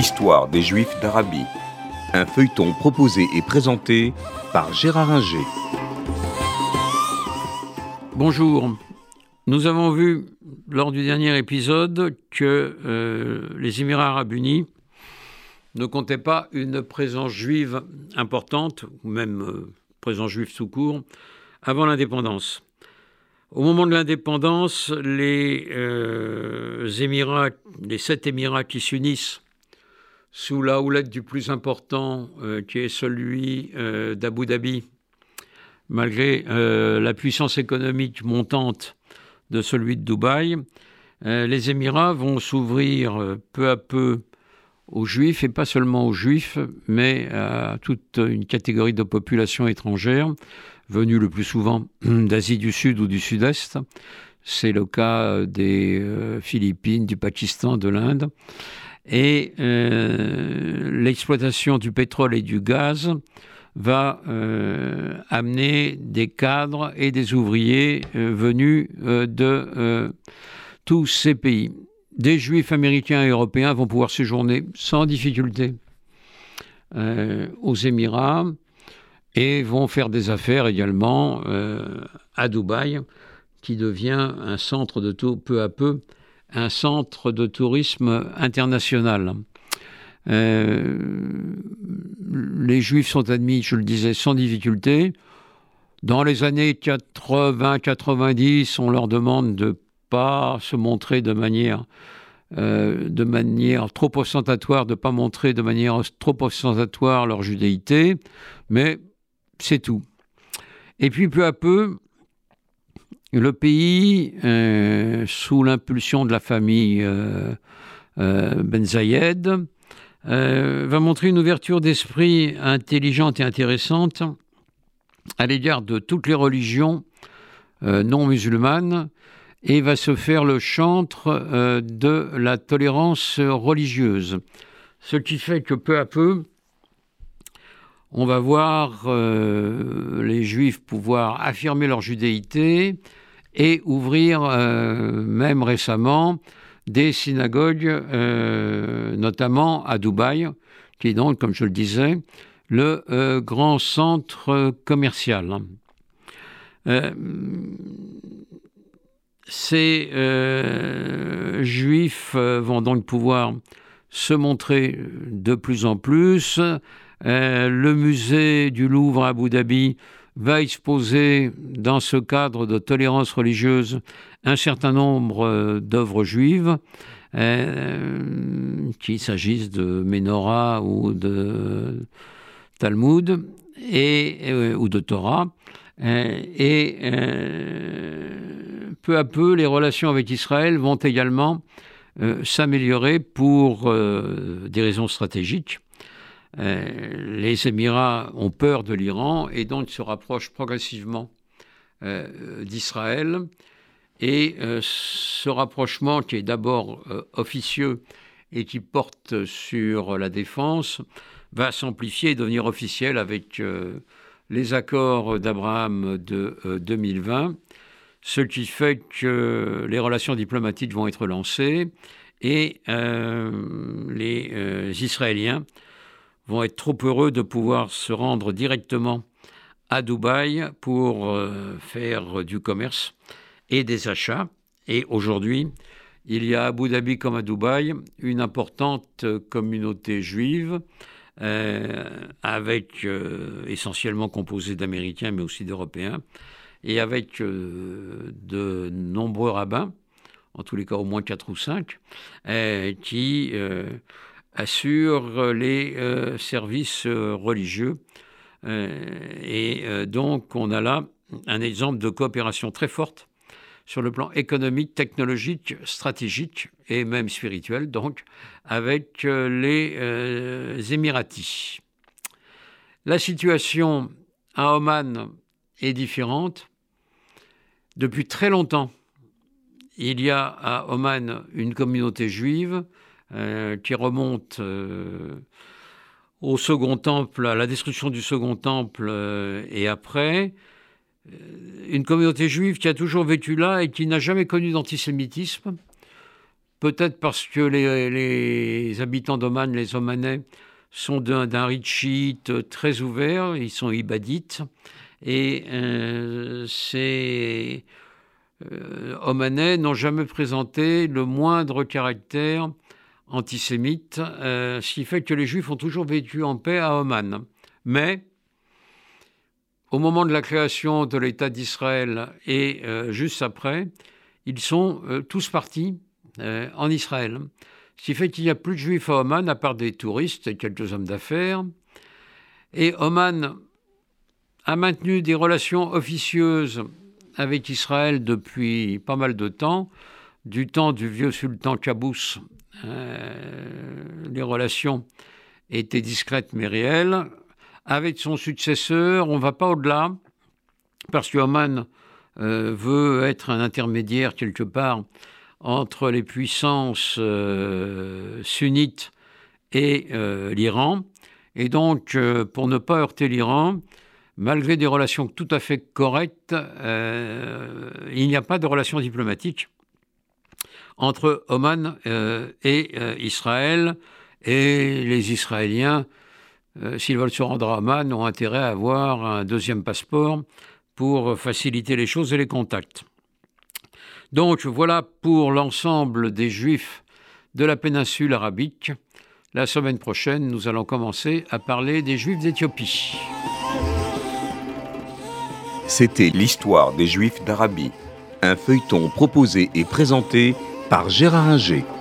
L'histoire des Juifs d'Arabie. Un feuilleton proposé et présenté par Gérard Inger. Bonjour. Nous avons vu lors du dernier épisode que les Émirats arabes unis ne comptaient pas une présence juive importante, ou même présence juive tout court, avant l'indépendance. Au moment de l'indépendance, les Émirats, les 7 Émirats qui s'unissent sous la houlette du plus important, qui est celui d'Abu Dhabi, malgré la puissance économique montante de celui de Dubaï, les Émirats vont s'ouvrir peu à peu aux Juifs, et pas seulement aux Juifs, mais à toute une catégorie de population étrangère, venue le plus souvent d'Asie du Sud ou du Sud-Est. C'est le cas des Philippines, du Pakistan, de l'Inde. Et l'exploitation du pétrole et du gaz va amener des cadres et des ouvriers venus de tous ces pays. Des Juifs américains et européens vont pouvoir séjourner sans difficulté aux Émirats et vont faire des affaires également à Dubaï, qui devient un centre de peu à peu un centre de tourisme international. Les Juifs sont admis, je le disais, sans difficulté. Dans les années 80-90, on leur demande de ne pas se montrer de manière trop ostentatoire, de ne pas montrer de manière trop ostentatoire leur judéité, mais c'est tout. Et puis peu à peu, le pays, sous l'impulsion de la famille Ben Zayed, va montrer une ouverture d'esprit intelligente et intéressante à l'égard de toutes les religions non musulmanes, et va se faire le chantre de la tolérance religieuse. Ce qui fait que peu à peu, on va voir les Juifs pouvoir affirmer leur judéité et ouvrir, même récemment, des synagogues, notamment à Dubaï, qui est donc, comme je le disais, le grand centre commercial. Ces Juifs vont donc pouvoir se montrer de plus en plus. Le musée du Louvre à Abu Dhabi va exposer, dans ce cadre de tolérance religieuse, un certain nombre d'œuvres juives, qu'il s'agisse de Ménorah ou de Talmud ou de Torah. Peu à peu, les relations avec Israël vont également s'améliorer pour des raisons stratégiques. Les Émirats ont peur de l'Iran et donc se rapprochent progressivement d'Israël. Et ce rapprochement, qui est d'abord officieux et qui porte sur la défense, va s'amplifier et devenir officiel avec les accords d'Abraham de 2020, ce qui fait que les relations diplomatiques vont être lancées et les Israéliens vont être trop heureux de pouvoir se rendre directement à Dubaï pour faire du commerce et des achats. Et aujourd'hui, il y a à Abu Dhabi comme à Dubaï une importante communauté juive, avec essentiellement composée d'Américains mais aussi d'Européens, et avec de nombreux rabbins, en tous les cas au moins 4 ou 5, qui assurent les services religieux. Donc on a là un exemple de coopération très forte sur le plan économique, technologique, stratégique et même spirituel, donc, avec les Émiratis. La situation à Oman est différente. Depuis très longtemps, il y a à Oman une communauté juive qui remonte au Second Temple, à la destruction du Second Temple et après. Une communauté juive qui a toujours vécu là et qui n'a jamais connu d'antisémitisme, peut-être parce que les habitants d'Oman, les Omanais, sont d'un rite chiite très ouvert, ils sont ibadites, et ces Omanais n'ont jamais présenté le moindre caractère antisémite, ce qui fait que les Juifs ont toujours vécu en paix à Oman. Mais au moment de la création de l'État d'Israël et juste après, ils sont tous partis en Israël. Ce qui fait qu'il n'y a plus de Juifs à Oman, à part des touristes et quelques hommes d'affaires. Et Oman a maintenu des relations officieuses avec Israël depuis pas mal de temps, du temps du vieux sultan Qaboos. Les relations étaient discrètes mais réelles. Avec son successeur, on ne va pas au-delà, parce que Oman veut être un intermédiaire quelque part entre les puissances sunnites et l'Iran. Et donc, pour ne pas heurter l'Iran, malgré des relations tout à fait correctes, il n'y a pas de relations diplomatiques entre Oman et Israël. Et les Israéliens, s'ils veulent se rendre à Oman, ont intérêt à avoir un deuxième passeport pour faciliter les choses et les contacts. Donc voilà pour l'ensemble des Juifs de la péninsule arabique. La semaine prochaine, nous allons commencer à parler des Juifs d'Éthiopie. C'était l'histoire des Juifs d'Arabie, un feuilleton proposé et présenté par Gérard Inger.